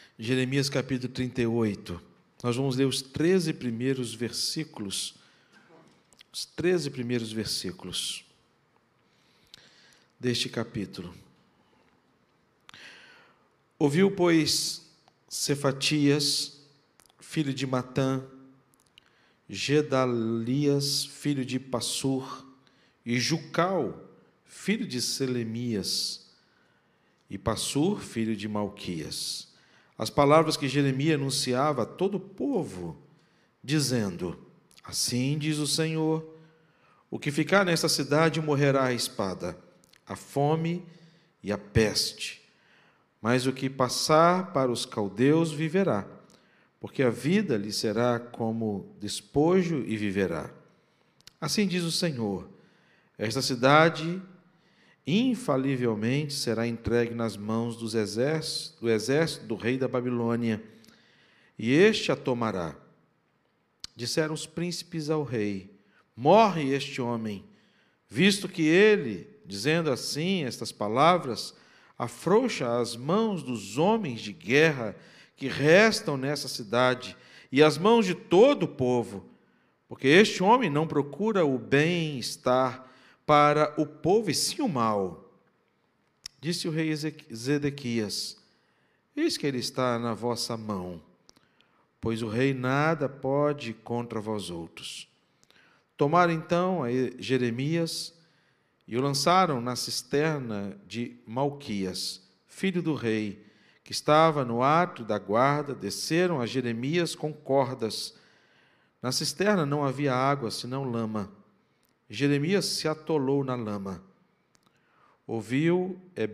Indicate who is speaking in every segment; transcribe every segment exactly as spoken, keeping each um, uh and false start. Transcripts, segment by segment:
Speaker 1: Jeremias capítulo trinta e oito. Nós vamos ler os treze primeiros versículos. Os treze primeiros versículos deste capítulo. Ouviu, pois, Cefatias, filho de Matã, Gedalias, filho de Passur, e Jucal, filho de Selemias, e Passur, filho de Malquias, as palavras que Jeremias anunciava a todo o povo, dizendo: assim diz o Senhor, o que ficar nesta cidade morrerá a espada, a fome e a peste, mas o que passar para os caldeus viverá, porque a vida lhe será como despojo e viverá. Assim diz o Senhor, esta cidade infalivelmente será entregue nas mãos dos exércitos, do exército do rei da Babilônia, e este a tomará. Disseram os príncipes ao rei: morre este homem, visto que ele, dizendo assim estas palavras, afrouxa as mãos dos homens de guerra que restam nessa cidade e as mãos de todo o povo, porque este homem não procura o bem-estar para o povo, e sim o mal. Disse o rei Zedequias: eis que ele está na vossa mão, pois o rei nada pode contra vós outros. Tomaram então a Jeremias e o lançaram na cisterna de Malquias, filho do rei, que estava no átrio da guarda. Desceram a Jeremias com cordas. Na cisterna não havia água, senão lama. Jeremias se atolou na lama. Ouviu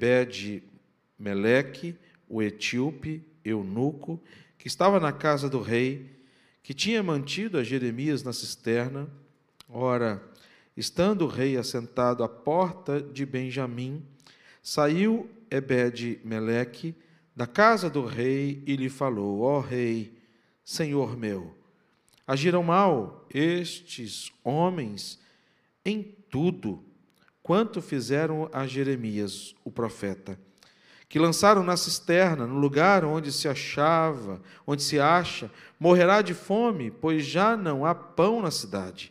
Speaker 1: Ebed-Meleque, o etíope, eunuco, que estava na casa do rei, que tinha mantido a Jeremias na cisterna. Ora, estando o rei assentado à porta de Benjamim, saiu Ebed-Meleque da casa do rei e lhe falou: ó rei, senhor meu, agiram mal estes homens em tudo quanto fizeram a Jeremias, o profeta, que lançaram na cisterna, no lugar onde se achava, onde se acha, morrerá de fome, pois já não há pão na cidade.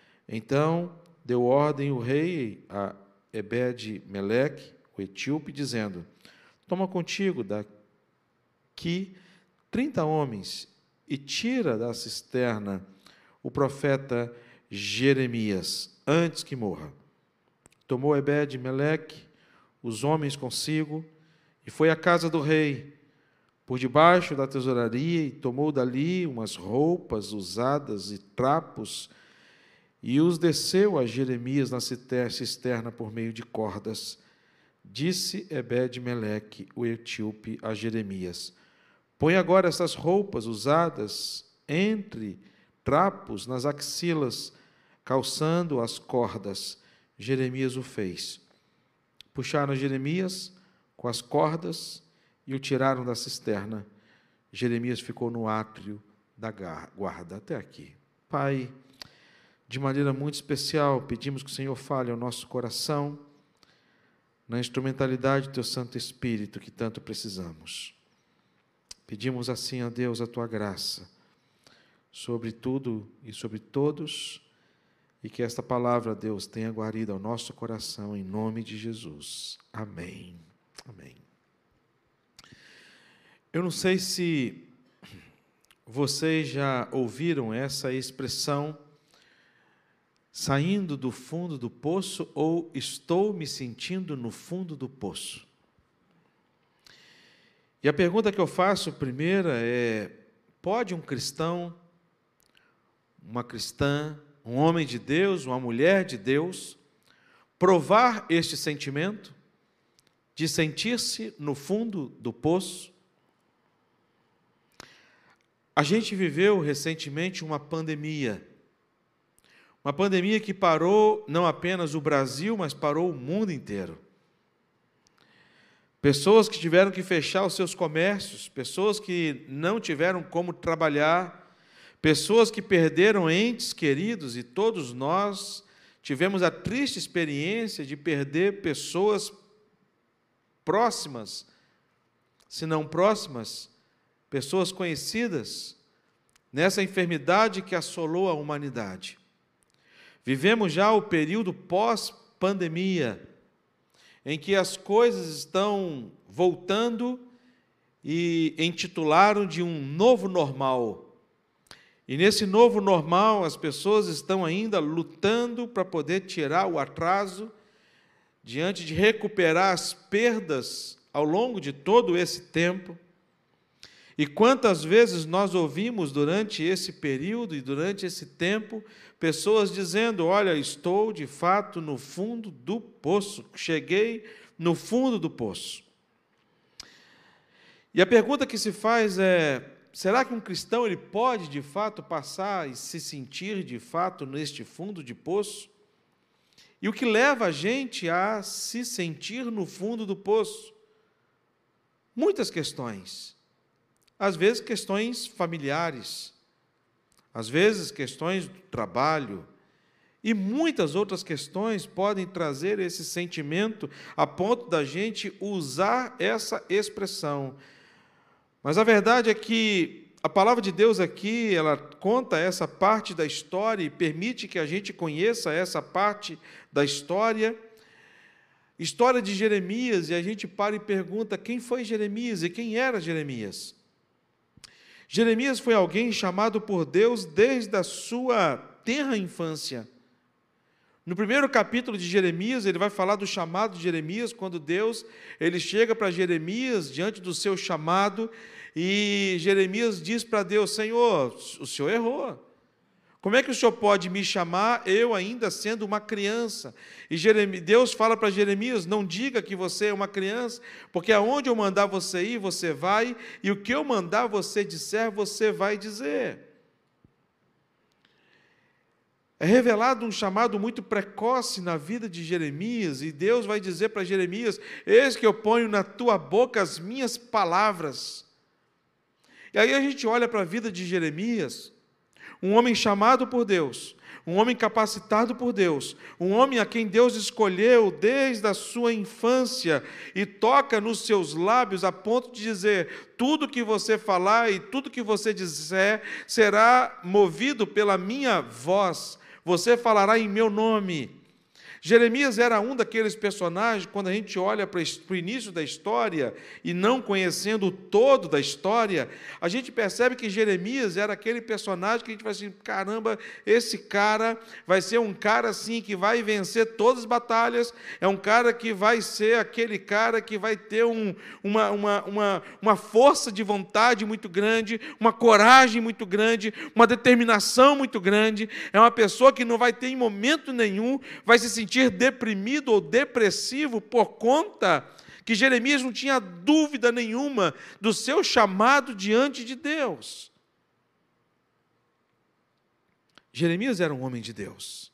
Speaker 1: Então deu ordem o rei a Ebed-Meleque, o etíope, dizendo: toma contigo daqui trinta homens e tira da cisterna o profeta Jeremias, antes que morra. Tomou Ebed-Meleque os homens consigo e foi à casa do rei, por debaixo da tesouraria, e tomou dali umas roupas usadas e trapos, e os desceu a Jeremias na cisterna por meio de cordas. Disse Ebed-Meleque, o etíope, a Jeremias: põe agora essas roupas usadas entre trapos nas axilas, calçando as cordas. Jeremias o fez. Puxaram Jeremias com as cordas e o tiraram da cisterna. Jeremias ficou no átrio da guarda. Até aqui. Pai, de maneira muito especial, pedimos que o Senhor fale ao nosso coração, na instrumentalidade do Teu Santo Espírito, que tanto precisamos. Pedimos assim a Deus a Tua graça, sobre tudo e sobre todos, e que esta palavra, Deus, tenha guarido ao nosso coração, em nome de Jesus. Amém. Amém. Eu não sei se vocês já ouviram essa expressão, saindo do fundo do poço, ou estou me sentindo no fundo do poço. E a pergunta que eu faço primeira é: pode um cristão, uma cristã, um homem de Deus, uma mulher de Deus, provar este sentimento de sentir-se no fundo do poço? A gente viveu recentemente uma pandemia, uma pandemia que parou não apenas o Brasil, mas parou o mundo inteiro. Pessoas que tiveram que fechar os seus comércios, pessoas que não tiveram como trabalhar, pessoas que perderam entes queridos, e todos nós tivemos a triste experiência de perder pessoas próximas, se não próximas, pessoas conhecidas nessa enfermidade que assolou a humanidade. Vivemos já o período pós-pandemia, em que as coisas estão voltando e intitularam de um novo normal. E nesse novo normal, as pessoas estão ainda lutando para poder tirar o atraso, diante de recuperar as perdas ao longo de todo esse tempo. E quantas vezes nós ouvimos durante esse período e durante esse tempo, pessoas dizendo: olha, estou de fato no fundo do poço, cheguei no fundo do poço. E a pergunta que se faz é: será que um cristão ele pode de fato passar e se sentir de fato neste fundo de poço? E o que leva a gente a se sentir no fundo do poço? Muitas questões. Às vezes questões familiares, às vezes questões do trabalho, e muitas outras questões podem trazer esse sentimento a ponto da gente usar essa expressão. Mas a verdade é que a palavra de Deus aqui, ela conta essa parte da história e permite que a gente conheça essa parte da história, história de Jeremias, e a gente para e pergunta: quem foi Jeremias e quem era Jeremias? Jeremias foi alguém chamado por Deus desde a sua tenra infância. No primeiro capítulo de Jeremias, ele vai falar do chamado de Jeremias, quando Deus ele chega para Jeremias diante do seu chamado, e Jeremias diz para Deus: Senhor, o Senhor errou. Como é que o Senhor pode me chamar, eu ainda sendo uma criança? E Jeremias, Deus fala para Jeremias: não diga que você é uma criança, porque aonde eu mandar você ir, você vai, e o que eu mandar você disser, você vai dizer. É revelado um chamado muito precoce na vida de Jeremias, e Deus vai dizer para Jeremias: eis que eu ponho na tua boca as minhas palavras. E aí a gente olha para a vida de Jeremias, um homem chamado por Deus, um homem capacitado por Deus, um homem a quem Deus escolheu desde a sua infância e toca nos seus lábios a ponto de dizer: tudo que você falar e tudo que você disser será movido pela minha voz, você falará em meu nome. Jeremias era um daqueles personagens, quando a gente olha para o início da história e não conhecendo o todo da história, a gente percebe que Jeremias era aquele personagem que a gente vai assim: caramba, esse cara vai ser um cara assim que vai vencer todas as batalhas, é um cara que vai ser aquele cara que vai ter um, uma, uma, uma, uma força de vontade muito grande, uma coragem muito grande, uma determinação muito grande, é uma pessoa que não vai ter em momento nenhum, vai se sentir deprimido ou depressivo por conta que Jeremias não tinha dúvida nenhuma do seu chamado diante de Deus. Jeremias era um homem de Deus.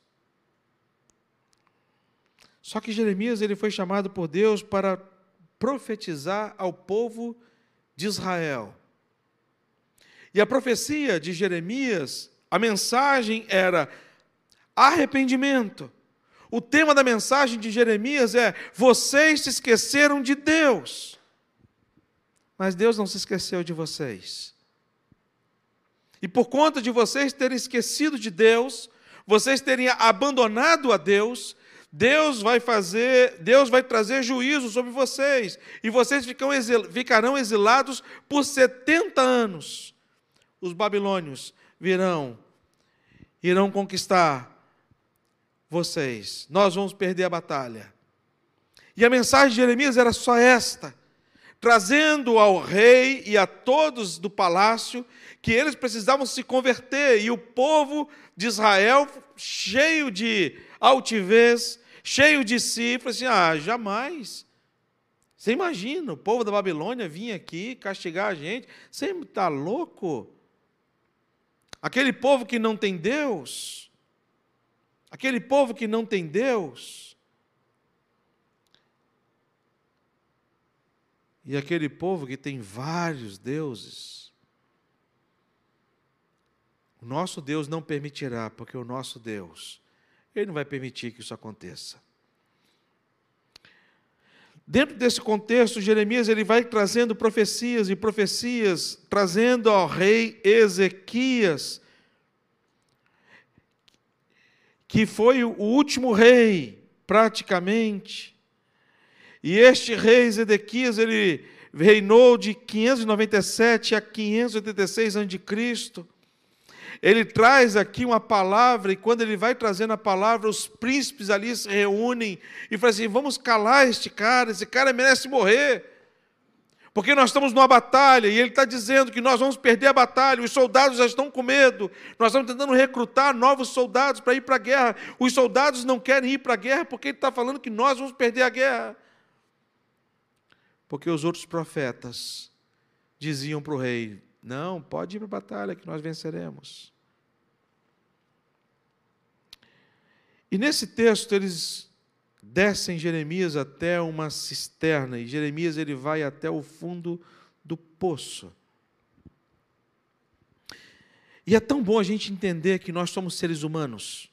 Speaker 1: Só que Jeremias ele foi chamado por Deus para profetizar ao povo de Israel. E a profecia de Jeremias, a mensagem era arrependimento. O tema da mensagem de Jeremias é: vocês se esqueceram de Deus. Mas Deus não se esqueceu de vocês. E por conta de vocês terem esquecido de Deus, vocês terem abandonado a Deus, Deus vai fazer, Deus vai trazer juízo sobre vocês. E vocês ficarão exilados por setenta anos. Os babilônios virão, irão conquistar vocês, nós vamos perder a batalha. E a mensagem de Jeremias era só esta, trazendo ao rei e a todos do palácio que eles precisavam se converter, e o povo de Israel, cheio de altivez, cheio de si, falou assim: ah, jamais. Você imagina, o povo da Babilônia vinha aqui castigar a gente, você está louco? Aquele povo que não tem Deus, aquele povo que não tem Deus, e aquele povo que tem vários deuses, o nosso Deus não permitirá, porque o nosso Deus, Ele não vai permitir que isso aconteça. Dentro desse contexto, Jeremias ele vai trazendo profecias e profecias, trazendo ao rei Ezequias, que foi o último rei, praticamente. E este rei Zedequias, ele reinou de quinhentos e noventa e sete a quinhentos e oitenta e seis antes de Cristo. Ele traz aqui uma palavra, e quando ele vai trazendo a palavra, os príncipes ali se reúnem e falam assim: vamos calar este cara, esse cara merece morrer, porque nós estamos numa batalha, e ele está dizendo que nós vamos perder a batalha, os soldados já estão com medo, nós estamos tentando recrutar novos soldados para ir para a guerra, os soldados não querem ir para a guerra, porque ele está falando que nós vamos perder a guerra. Porque os outros profetas diziam para o rei: não, pode ir para a batalha que nós venceremos. E nesse texto eles descem Jeremias até uma cisterna, e Jeremias ele vai até o fundo do poço. E é tão bom a gente entender que nós somos seres humanos.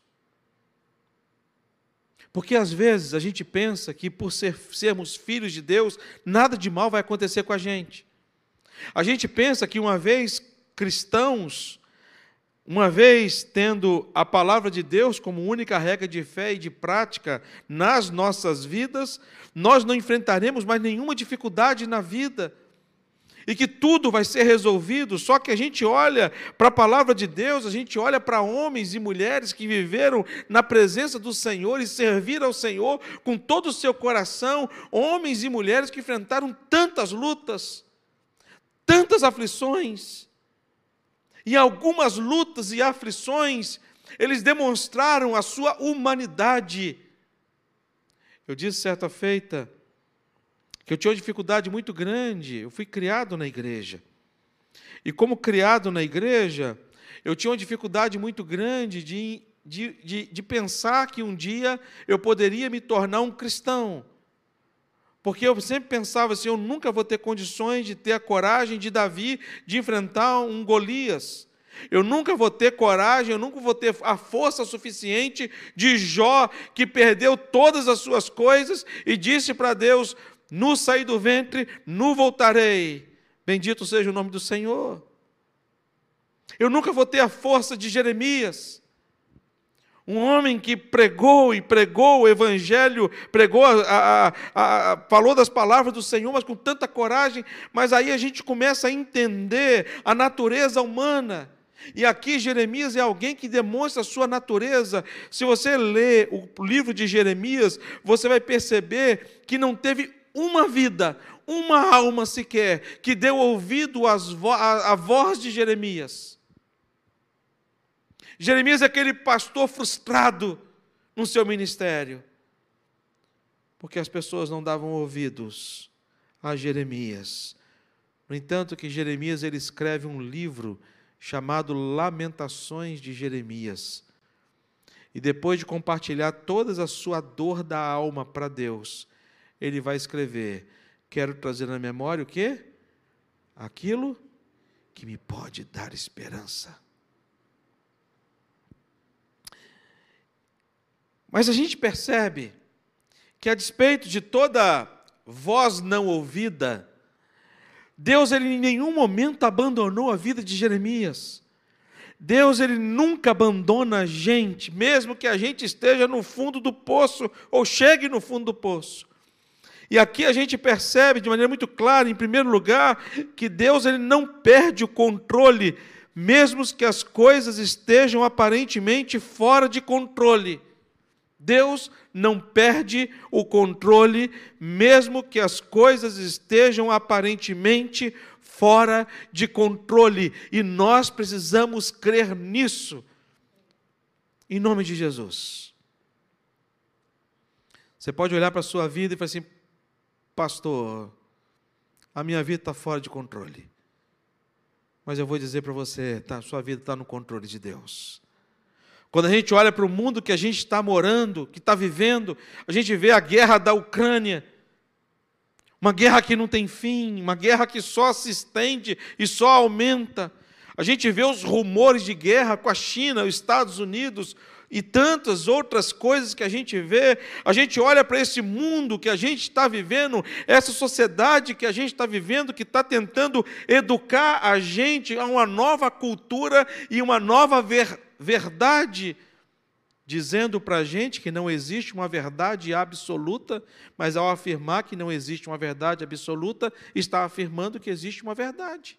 Speaker 1: Porque às vezes a gente pensa que por ser, sermos filhos de Deus, nada de mal vai acontecer com a gente. A gente pensa que uma vez cristãos, uma vez tendo a palavra de Deus como única regra de fé e de prática nas nossas vidas, nós não enfrentaremos mais nenhuma dificuldade na vida, e que tudo vai ser resolvido. Só que a gente olha para a palavra de Deus, a gente olha para homens e mulheres que viveram na presença do Senhor e serviram ao Senhor com todo o seu coração, homens e mulheres que enfrentaram tantas lutas, tantas aflições, e algumas lutas e aflições, eles demonstraram a sua humanidade. Eu disse certa feita que eu tinha uma dificuldade muito grande. Eu fui criado na igreja, e como criado na igreja, eu tinha uma dificuldade muito grande de, de, de, de pensar que um dia eu poderia me tornar um cristão. Porque eu sempre pensava assim: eu nunca vou ter condições de ter a coragem de Davi de enfrentar um Golias. Eu nunca vou ter coragem, eu nunca vou ter a força suficiente de Jó, que perdeu todas as suas coisas e disse para Deus: no saí do ventre, no voltarei. Bendito seja o nome do Senhor. Eu nunca vou ter a força de Jeremias, um homem que pregou e pregou o Evangelho, pregou, a, a, a, falou das palavras do Senhor, mas com tanta coragem. Mas aí a gente começa a entender a natureza humana. E aqui Jeremias é alguém que demonstra a sua natureza. Se você ler o livro de Jeremias, você vai perceber que não teve uma vida, uma alma sequer, que deu ouvido às vo- à, à voz de Jeremias. Jeremias é aquele pastor frustrado no seu ministério, porque as pessoas não davam ouvidos a Jeremias. No entanto, que Jeremias ele escreve um livro chamado Lamentações de Jeremias. E depois de compartilhar toda a sua dor da alma para Deus, ele vai escrever: quero trazer na memória o quê? Aquilo que me pode dar esperança. Mas a gente percebe que, a despeito de toda voz não ouvida, Deus ele em nenhum momento abandonou a vida de Jeremias. Deus ele nunca abandona a gente, mesmo que a gente esteja no fundo do poço ou chegue no fundo do poço. E aqui a gente percebe de maneira muito clara, em primeiro lugar, que Deus ele não perde o controle, mesmo que as coisas estejam aparentemente fora de controle. Deus não perde o controle, mesmo que as coisas estejam aparentemente fora de controle. E nós precisamos crer nisso, em nome de Jesus. Você pode olhar para a sua vida e falar assim: pastor, a minha vida está fora de controle. Mas eu vou dizer para você, tá, sua vida está no controle de Deus. Quando a gente olha para o mundo que a gente está morando, que está vivendo, a gente vê a guerra da Ucrânia, uma guerra que não tem fim, uma guerra que só se estende e só aumenta. A gente vê os rumores de guerra com a China, os Estados Unidos, e tantas outras coisas que a gente vê, a gente olha para esse mundo que a gente está vivendo, essa sociedade que a gente está vivendo, que está tentando educar a gente a uma nova cultura e uma nova ver, verdade, dizendo para a gente que não existe uma verdade absoluta, mas ao afirmar que não existe uma verdade absoluta, está afirmando que existe uma verdade.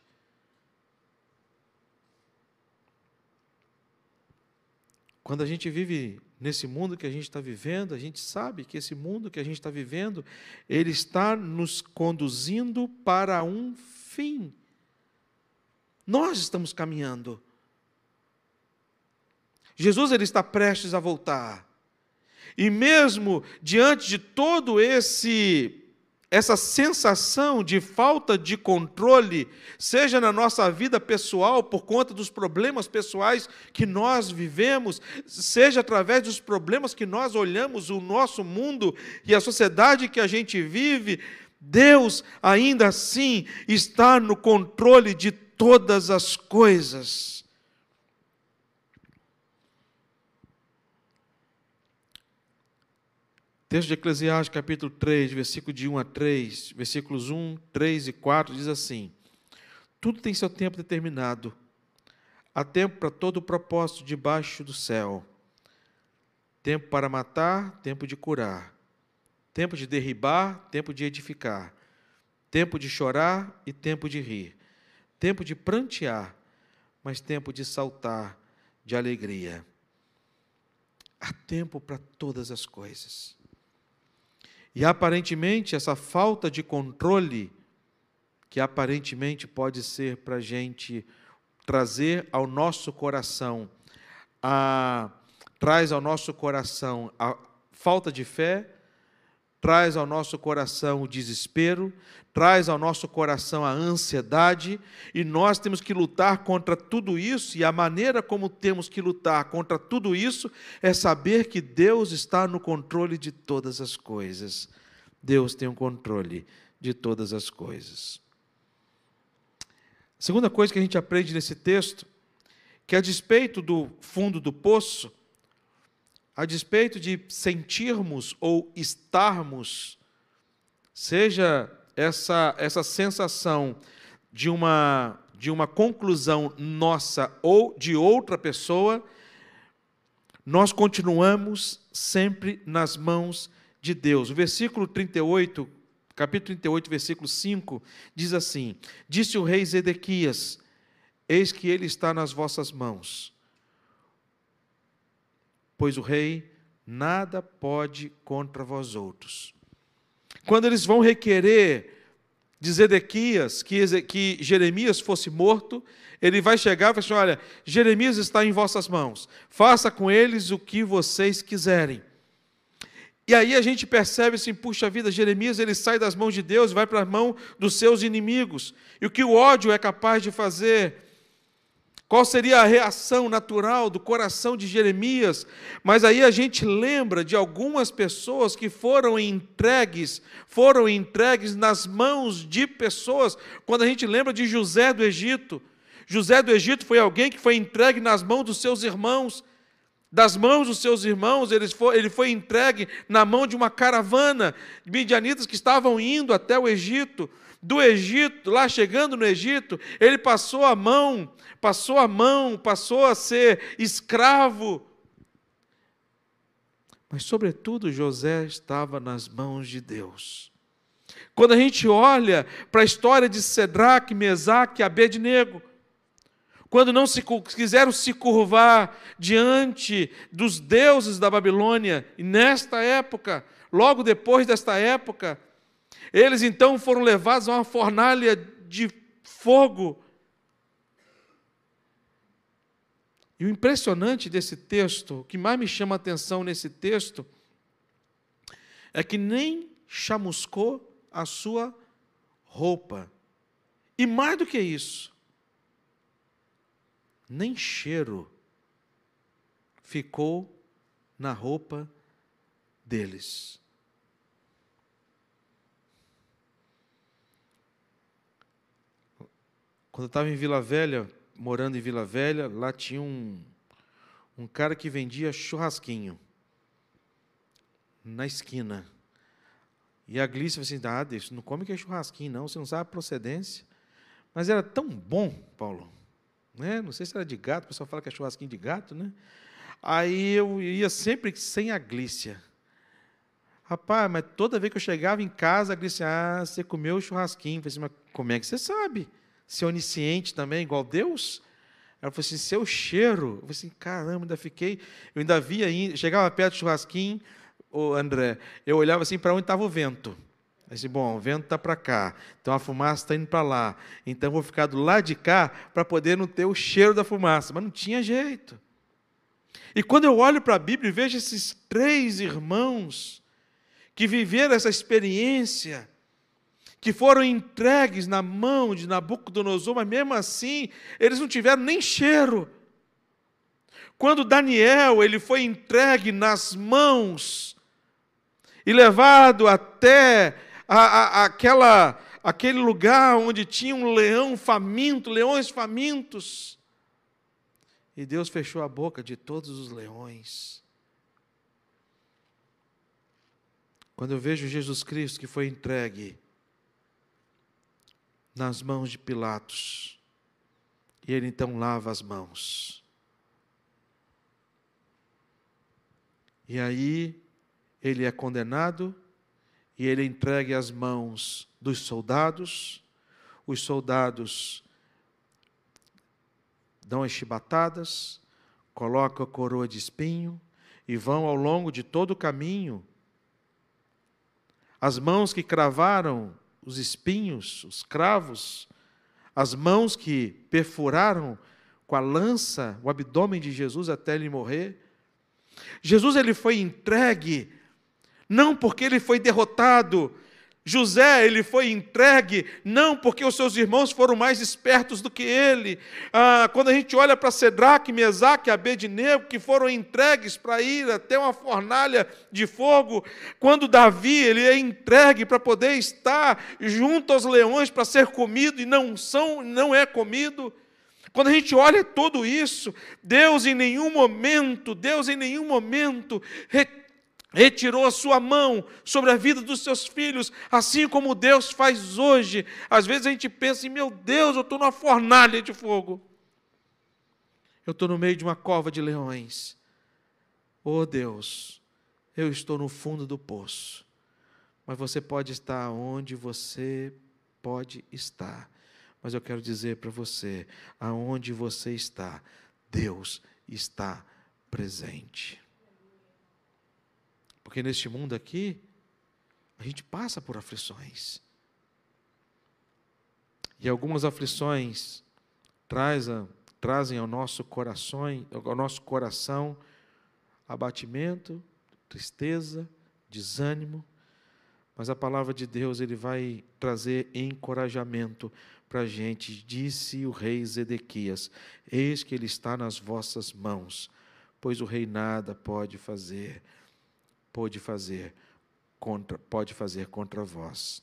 Speaker 1: Quando a gente vive nesse mundo que a gente está vivendo, a gente sabe que esse mundo que a gente está vivendo, ele está nos conduzindo para um fim. Nós estamos caminhando. Jesus ele está prestes a voltar. E mesmo diante de todo esse essa sensação de falta de controle, seja na nossa vida pessoal, por conta dos problemas pessoais que nós vivemos, seja através dos problemas que nós olhamos o nosso mundo e a sociedade que a gente vive, Deus ainda assim está no controle de todas as coisas. Texto de Eclesiastes, capítulo três, versículo de um a três, versículos um, três e quatro, diz assim: tudo tem seu tempo determinado, há tempo para todo o propósito debaixo do céu, tempo para matar, tempo de curar, tempo de derribar, tempo de edificar, tempo de chorar e tempo de rir, tempo de prantear, mas tempo de saltar de alegria. Há tempo para todas as coisas. E aparentemente essa falta de controle, que aparentemente pode ser para a gente trazer ao nosso coração, a, traz ao nosso coração a falta de fé, traz ao nosso coração o desespero, traz ao nosso coração a ansiedade, e nós temos que lutar contra tudo isso, e a maneira como temos que lutar contra tudo isso é saber que Deus está no controle de todas as coisas. Deus tem o controle de todas as coisas. A segunda coisa que a gente aprende nesse texto, que a despeito do fundo do poço, a despeito de sentirmos ou estarmos, seja essa, essa sensação de uma, de uma conclusão nossa ou de outra pessoa, nós continuamos sempre nas mãos de Deus. O versículo trinta e oito, capítulo trinta e oito, versículo cinco, diz assim: disse o rei Zedequias: eis que ele está nas vossas mãos, pois o rei nada pode contra vós outros. Quando eles vão requerer de Zedequias que, que Jeremias fosse morto, ele vai chegar e vai falar assim: olha, Jeremias está em vossas mãos, faça com eles o que vocês quiserem. E aí a gente percebe assim, puxa vida, Jeremias ele sai das mãos de Deus e vai para a mão dos seus inimigos. E o que o ódio é capaz de fazer? Qual seria a reação natural do coração de Jeremias? Mas aí a gente lembra de algumas pessoas que foram entregues, foram entregues nas mãos de pessoas. Quando a gente lembra de José do Egito, José do Egito foi alguém que foi entregue nas mãos dos seus irmãos. Das mãos dos seus irmãos, ele foi, ele foi entregue na mão de uma caravana de midianitas que estavam indo até o Egito. Do Egito, lá chegando no Egito, ele passou a mão, passou a mão, passou a ser escravo. Mas, sobretudo, José estava nas mãos de Deus. Quando a gente olha para a história de Cedraque, Mesaque e Abednego, quando não se, quiseram se curvar diante dos deuses da Babilônia, e nesta época, logo depois desta época, eles então foram levados a uma fornalha de fogo. E o impressionante desse texto, o que mais me chama a atenção nesse texto, é que nem chamuscou a sua roupa. E mais do que isso, nem cheiro ficou na roupa deles. Quando eu estava em Vila Velha, morando em Vila Velha, lá tinha um, um cara que vendia churrasquinho na esquina. E a Glícia falou assim, ah, Deus, não come que é churrasquinho, não, você não sabe a procedência. Mas era tão bom, Paulo, né? Não sei se era de gato, o pessoal fala que é churrasquinho de gato, né? Aí eu ia sempre sem a Glícia. Rapaz, mas toda vez que eu chegava em casa, a Glícia, ah, você comeu o churrasquinho. Eu falei assim, mas como é que você sabe? Você é onisciente também, igual Deus? Ela falou assim, seu cheiro. Eu falei assim, caramba, ainda fiquei... Eu ainda via, chegava perto do churrasquinho, ô André, eu olhava assim para onde estava o vento. Eu disse, bom, o vento está para cá, então a fumaça está indo para lá. Então eu vou ficar do lado de cá para poder não ter o cheiro da fumaça. Mas não tinha jeito. E quando eu olho para a Bíblia e vejo esses três irmãos que viveram essa experiência, que foram entregues na mão de Nabucodonosor, mas mesmo assim, eles não tiveram nem cheiro. Quando Daniel ele foi entregue nas mãos e levado até a, a, aquela, aquele lugar onde tinha um leão faminto, leões famintos, e Deus fechou a boca de todos os leões. Quando eu vejo Jesus Cristo que foi entregue nas mãos de Pilatos, e ele então lava as mãos. E aí ele é condenado, e ele é entregue às mãos dos soldados. Os soldados dão as chibatadas, colocam a coroa de espinho, e vão ao longo de todo o caminho. As mãos que cravaram os espinhos, os cravos, as mãos que perfuraram com a lança o abdômen de Jesus até ele morrer. Jesus ele foi entregue, não porque ele foi derrotado. José ele foi entregue, não porque os seus irmãos foram mais espertos do que ele. Ah, quando a gente olha para Cedraque, Mesaque e Abednego, que foram entregues para ir até uma fornalha de fogo, quando Davi ele é entregue para poder estar junto aos leões para ser comido e não, são, não é comido. Quando a gente olha tudo isso, Deus em nenhum momento, Deus em nenhum momento retirou a sua mão sobre a vida dos seus filhos, assim como Deus faz hoje. Às vezes a gente pensa assim, meu Deus, eu estou numa fornalha de fogo. Eu estou no meio de uma cova de leões. Oh Deus, eu estou no fundo do poço. Mas você pode estar onde você pode estar. Mas eu quero dizer para você, aonde você está, Deus está presente. Porque neste mundo aqui, a gente passa por aflições. E algumas aflições trazem, trazem ao nosso coração, ao nosso coração abatimento, tristeza, desânimo. Mas a palavra de Deus ele vai trazer encorajamento para a gente. Disse o rei Zedequias, eis que ele está nas vossas mãos, pois o rei nada pode fazer. Pode fazer contra, pode fazer contra vós.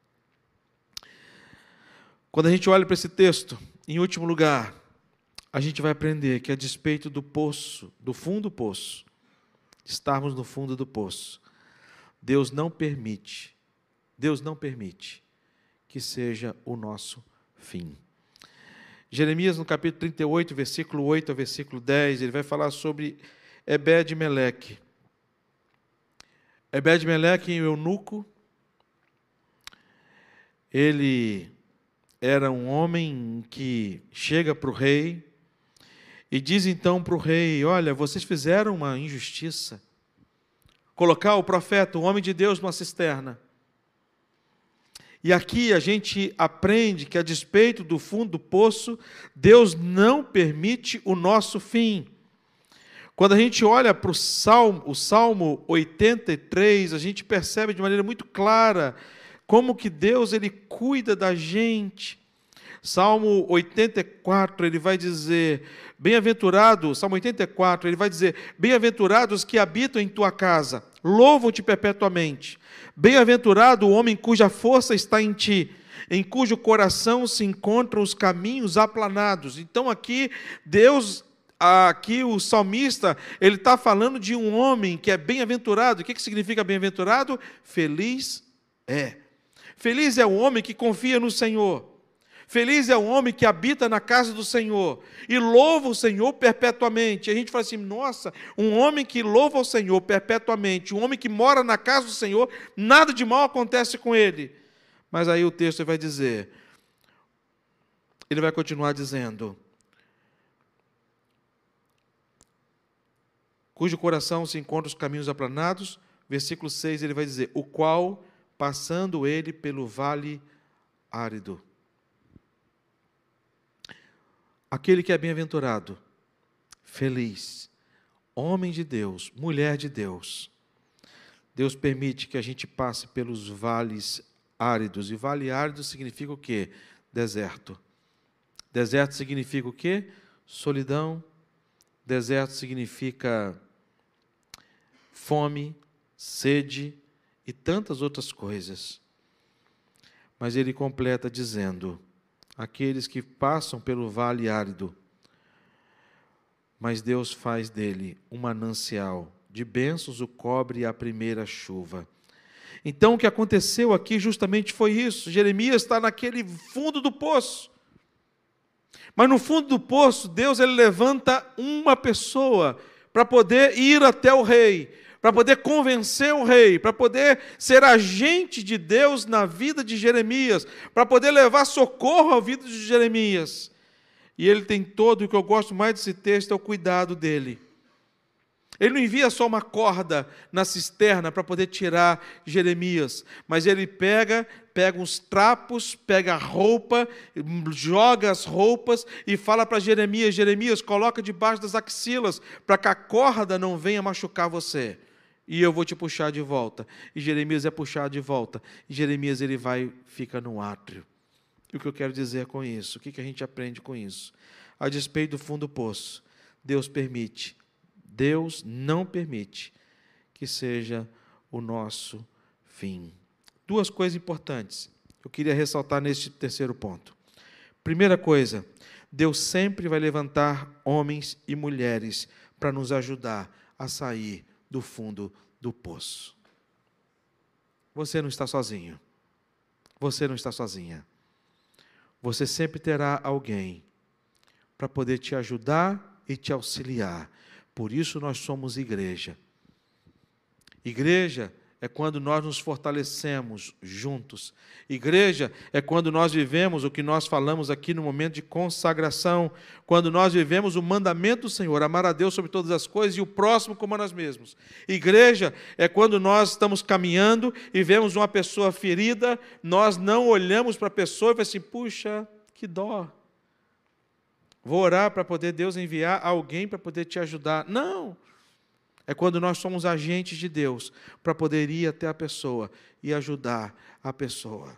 Speaker 1: Quando a gente olha para esse texto, em último lugar, a gente vai aprender que a despeito do poço, do fundo do poço, estarmos no fundo do poço, Deus não permite, Deus não permite que seja o nosso fim. Jeremias, no capítulo trinta e oito, versículo oito ao versículo dez, ele vai falar sobre Ebed-Meleque. Ebed-Meleque, o eunuco, ele era um homem que chega para o rei e diz então para o rei, olha, vocês fizeram uma injustiça, colocar o profeta, o homem de Deus, numa cisterna. E aqui a gente aprende que, a despeito do fundo do poço, Deus não permite o nosso fim. Quando a gente olha para o Salmo, o Salmo oitenta e três, a gente percebe de maneira muito clara como que Deus ele cuida da gente. Salmo oitenta e quatro, ele vai dizer, bem-aventurado, Salmo oitenta e quatro, ele vai dizer, bem-aventurados que habitam em tua casa, louvam-te perpetuamente. Bem-aventurado o homem cuja força está em ti, em cujo coração se encontram os caminhos aplanados. Então aqui, Deus aqui o salmista, ele está falando de um homem que é bem-aventurado. O que, que significa bem-aventurado? Feliz é. Feliz é o homem que confia no Senhor. Feliz é o homem que habita na casa do Senhor e louva o Senhor perpetuamente. E a gente fala assim, nossa, um homem que louva o Senhor perpetuamente, um homem que mora na casa do Senhor, nada de mal acontece com ele. Mas aí o texto vai dizer, ele vai continuar dizendo, cujo coração se encontra os caminhos aplanados, versículo seis, ele vai dizer, o qual, passando ele pelo vale árido. Aquele que é bem-aventurado, feliz, homem de Deus, mulher de Deus. Deus permite que a gente passe pelos vales áridos. E vale árido significa o quê? Deserto. Deserto significa o quê? Solidão. Deserto significa fome, sede e tantas outras coisas. Mas ele completa dizendo, aqueles que passam pelo vale árido, mas Deus faz dele um manancial, de bênçãos o cobre a primeira chuva. Então o que aconteceu aqui justamente foi isso, Jeremias está naquele fundo do poço, mas no fundo do poço, Deus ele levanta uma pessoa para poder ir até o rei, para poder convencer o rei, para poder ser agente de Deus na vida de Jeremias, para poder levar socorro à vida de Jeremias. E ele tem todo, o que eu gosto mais desse texto é o cuidado dele. Ele não envia só uma corda na cisterna para poder tirar Jeremias, mas ele pega, pega uns trapos, pega a roupa, joga as roupas e fala para Jeremias, Jeremias, coloca debaixo das axilas, para que a corda não venha machucar você. E eu vou te puxar de volta. E Jeremias é puxado de volta. E Jeremias ele vai, fica no átrio. E o que eu quero dizer com isso? O que a gente aprende com isso? A despeito do fundo do poço, Deus permite, Deus não permite que seja o nosso fim. Duas coisas importantes eu queria ressaltar neste terceiro ponto. Primeira coisa, Deus sempre vai levantar homens e mulheres para nos ajudar a sair do fundo do poço. Você não está sozinho. Você não está sozinha. Você sempre terá alguém para poder te ajudar e te auxiliar. Por isso nós somos igreja. Igreja é quando nós nos fortalecemos juntos. Igreja é quando nós vivemos o que nós falamos aqui no momento de consagração, quando nós vivemos o mandamento do Senhor, amar a Deus sobre todas as coisas e o próximo como a nós mesmos. Igreja é quando nós estamos caminhando e vemos uma pessoa ferida, nós não olhamos para a pessoa e falamos assim, puxa, que dó. Vou orar para poder Deus enviar alguém para poder te ajudar. Não! É quando nós somos agentes de Deus para poder ir até a pessoa e ajudar a pessoa.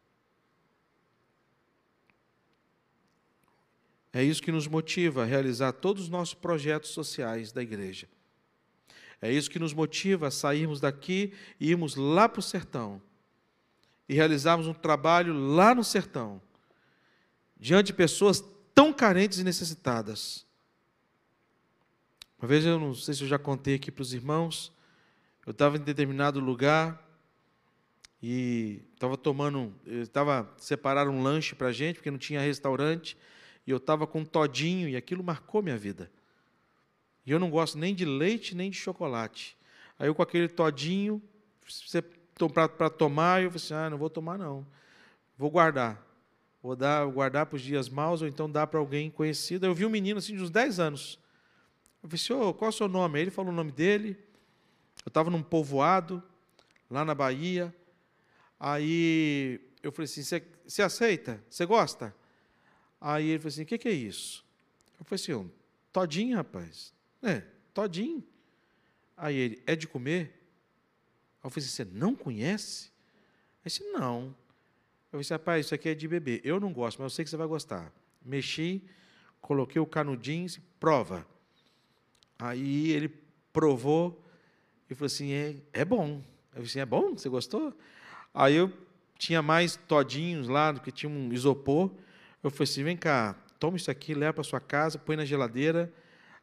Speaker 1: É isso que nos motiva a realizar todos os nossos projetos sociais da igreja. É isso que nos motiva a sairmos daqui e irmos lá para o sertão e realizarmos um trabalho lá no sertão, diante de pessoas tão carentes e necessitadas. Uma vez, eu não sei se eu já contei aqui para os irmãos, eu estava em determinado lugar e estava tomando, estava separando um lanche para a gente, porque não tinha restaurante, e eu estava com um todinho, e aquilo marcou minha vida. E eu não gosto nem de leite, nem de chocolate. Aí eu com aquele todinho, para tomar, eu falei assim, ah, não vou tomar não, vou guardar. Vou dar, guardar para os dias maus, ou então dar para alguém conhecido. Eu vi um menino assim de uns dez anos. Eu falei, senhor, qual é o seu nome? Aí ele falou o nome dele. Eu estava num povoado, lá na Bahia. Aí eu falei assim, você aceita? Você gosta? Aí ele falou assim, o que, que é isso? Eu falei assim, um todinho, rapaz. É, todinho. Aí ele, é de comer? Aí eu falei assim, você não conhece? Ele disse, não. Eu falei assim, rapaz, isso aqui é de beber. Eu não gosto, mas eu sei que você vai gostar. Mexi, coloquei o canudinho e disse, prova. Aí ele provou e falou assim, é, é bom. Eu falei assim, é bom? Você gostou? Aí eu tinha mais todinhos lá, que tinha um isopor. Eu falei assim, vem cá, toma isso aqui, leva para sua casa, põe na geladeira.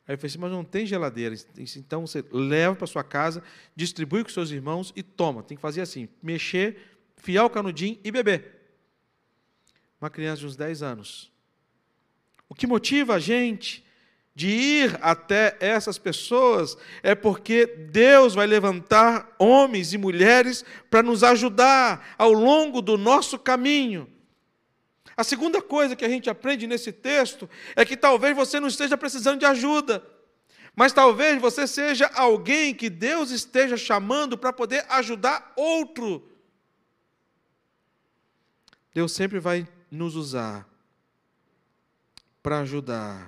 Speaker 1: Aí eu falei assim, mas não tem geladeira. Então você leva para sua casa, distribui com seus irmãos e toma. Tem que fazer assim, mexer, fiar o canudinho e beber. Uma criança de uns dez anos. O que motiva a gente de ir até essas pessoas é porque Deus vai levantar homens e mulheres para nos ajudar ao longo do nosso caminho. A segunda coisa que a gente aprende nesse texto é que talvez você não esteja precisando de ajuda, mas talvez você seja alguém que Deus esteja chamando para poder ajudar outro. Deus sempre vai nos usar para ajudar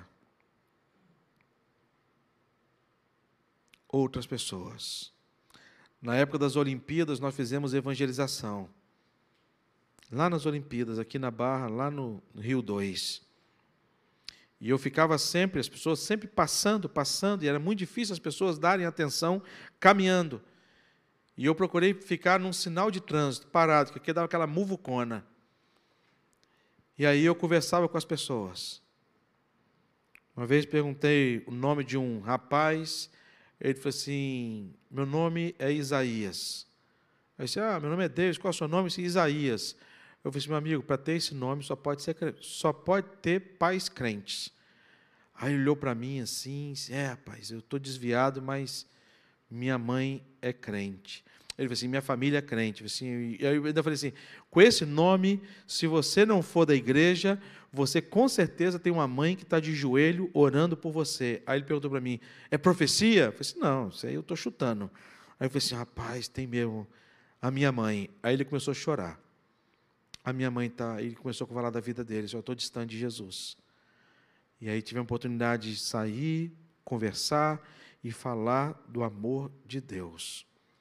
Speaker 1: outras pessoas. Na época das Olimpíadas, nós fizemos evangelização. Lá nas Olimpíadas, aqui na Barra, lá no Rio dois. E eu ficava sempre, as pessoas sempre passando, passando, e era muito difícil as pessoas darem atenção caminhando. E eu procurei ficar num sinal de trânsito, parado, que aqui dava aquela muvucona. E aí eu conversava com as pessoas. Uma vez perguntei o nome de um rapaz, ele falou assim, meu nome é Isaías. Eu disse, ah, meu nome é Deus, qual é o seu nome? Eu disse, Isaías. Eu falei assim, meu amigo, para ter esse nome só pode, ser, só pode ter pais crentes. Aí ele olhou para mim assim, disse, é, rapaz, eu estou desviado, mas minha mãe é crente. Ele falou assim, minha família é crente. Eu falei assim, e aí eu ainda falei assim, com esse nome, se você não for da igreja, você com certeza tem uma mãe que está de joelho orando por você. Aí ele perguntou para mim, é profecia? Eu falei assim, não, isso aí eu estou chutando. Aí eu falei assim, rapaz, tem mesmo a minha mãe. Aí ele começou a chorar. A minha mãe está... Ele começou a falar da vida dele, eu estou distante de Jesus. E aí tive a oportunidade de sair, conversar e falar do amor de Deus.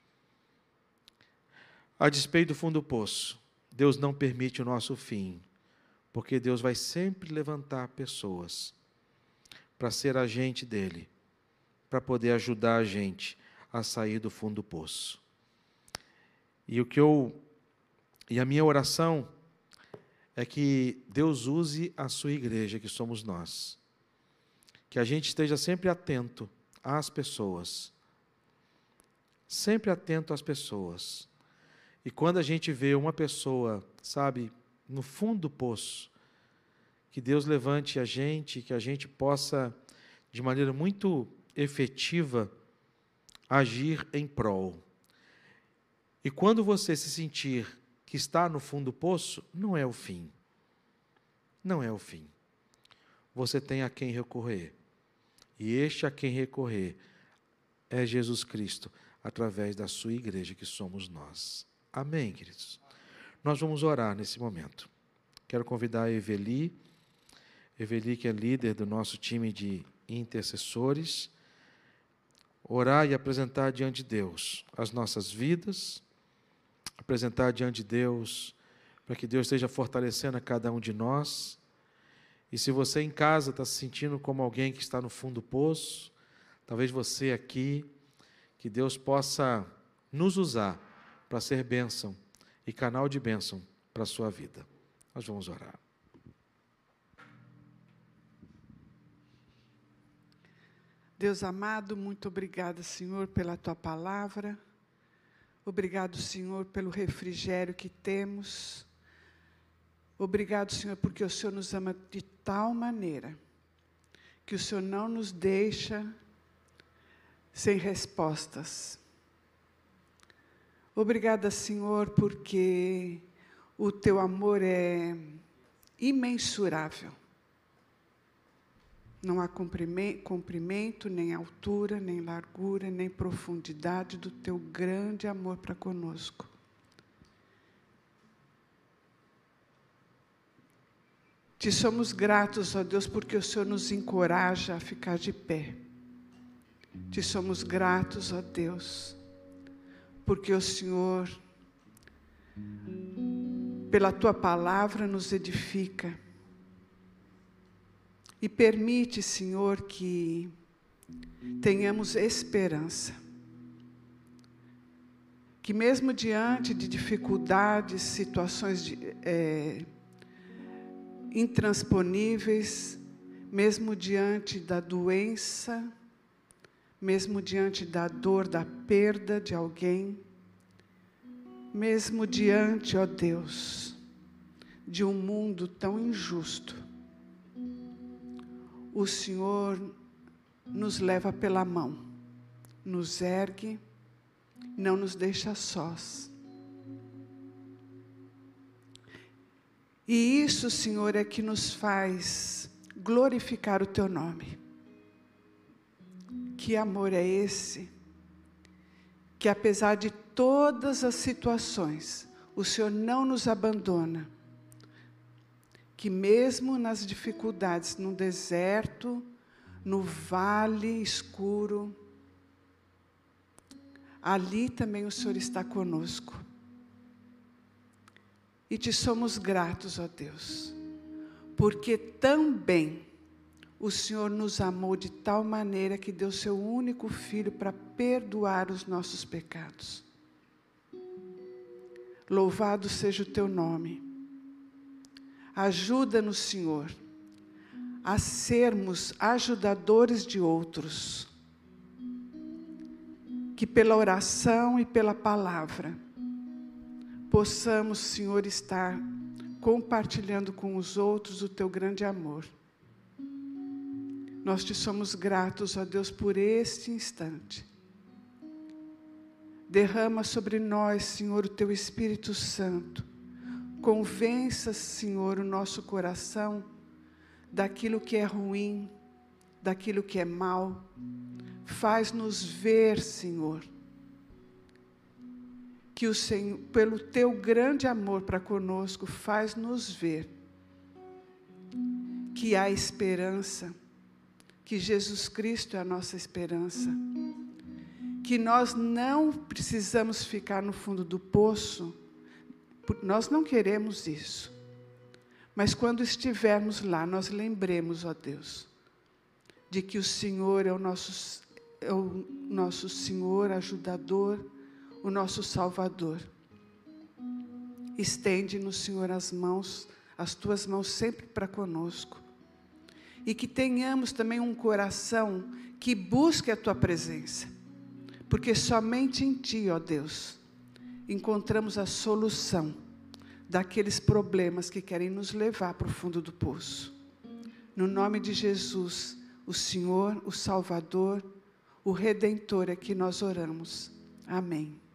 Speaker 1: A despeito do fundo do poço, Deus não permite o nosso fim, porque Deus vai sempre levantar pessoas para ser agente dele, para poder ajudar a gente a sair do fundo do poço. E o que eu e a minha oração é que Deus use a sua igreja, que somos nós. Que a gente esteja sempre atento às pessoas. Sempre atento às pessoas. E quando a gente vê uma pessoa, sabe, no fundo do poço, que Deus levante a gente, que a gente possa, de maneira muito efetiva, agir em prol. E quando você se sentir que está no fundo do poço, não é o fim. Não é o fim. Você tem a quem recorrer. E este a quem recorrer é Jesus Cristo, através da sua igreja, que somos nós. Amém, queridos? Nós vamos orar nesse momento. Quero convidar a Eveli, Eveli que é líder do nosso time de intercessores, orar e apresentar diante de Deus as nossas vidas, apresentar diante de Deus, para que Deus esteja fortalecendo a cada um de nós. E se você em casa está se sentindo como alguém que está no fundo do poço, talvez você aqui, que Deus possa nos usar para ser bênção e canal de bênção para a sua vida. Nós vamos orar.
Speaker 2: Deus amado, muito obrigada, Senhor, pela Tua palavra. Obrigado, Senhor, pelo refrigério que temos. Obrigado, Senhor, porque o Senhor nos ama de tal maneira que o Senhor não nos deixa sem respostas. Obrigada, Senhor, porque o Teu amor é imensurável. Não há comprimento, nem altura, nem largura, nem profundidade do Teu grande amor para conosco. Te somos gratos, ó Deus, porque o Senhor nos encoraja a ficar de pé. Te somos gratos, ó Deus, porque o Senhor, pela Tua palavra, nos edifica. E permite, Senhor, que tenhamos esperança. Que mesmo diante de dificuldades, situações de, é, intransponíveis, mesmo diante da doença, mesmo diante da dor, da perda de alguém, mesmo diante, ó Deus, de um mundo tão injusto, o Senhor nos leva pela mão, nos ergue, não nos deixa sós. E isso, Senhor, é que nos faz glorificar o Teu nome. Que amor é esse? Que apesar de todas as situações, o Senhor não nos abandona. Que mesmo nas dificuldades, no deserto, no vale escuro, ali também o Senhor está conosco. E te somos gratos, ó Deus, porque também o Senhor nos amou de tal maneira que deu seu único Filho para perdoar os nossos pecados. Louvado seja o teu nome. Ajuda-nos, Senhor, a sermos ajudadores de outros. Que pela oração e pela palavra, possamos, Senhor, estar compartilhando com os outros o teu grande amor. Nós te somos gratos, ó Deus, por este instante. Derrama sobre nós, Senhor, o teu Espírito Santo. Convença, Senhor, o nosso coração daquilo que é ruim, daquilo que é mal. Faz-nos ver, Senhor, que o Senhor, pelo teu grande amor para conosco, faz-nos ver que há esperança, que Jesus Cristo é a nossa esperança, que nós não precisamos ficar no fundo do poço, nós não queremos isso, mas quando estivermos lá, nós lembremos, ó Deus, de que o Senhor é o nosso, é o nosso Senhor ajudador, o nosso Salvador. Estende-nos, Senhor, as mãos, as tuas mãos sempre para conosco. E que tenhamos também um coração que busque a tua presença. Porque somente em ti, ó Deus, encontramos a solução daqueles problemas que querem nos levar para o fundo do poço. No nome de Jesus, o Senhor, o Salvador, o Redentor, é que nós oramos. Amém.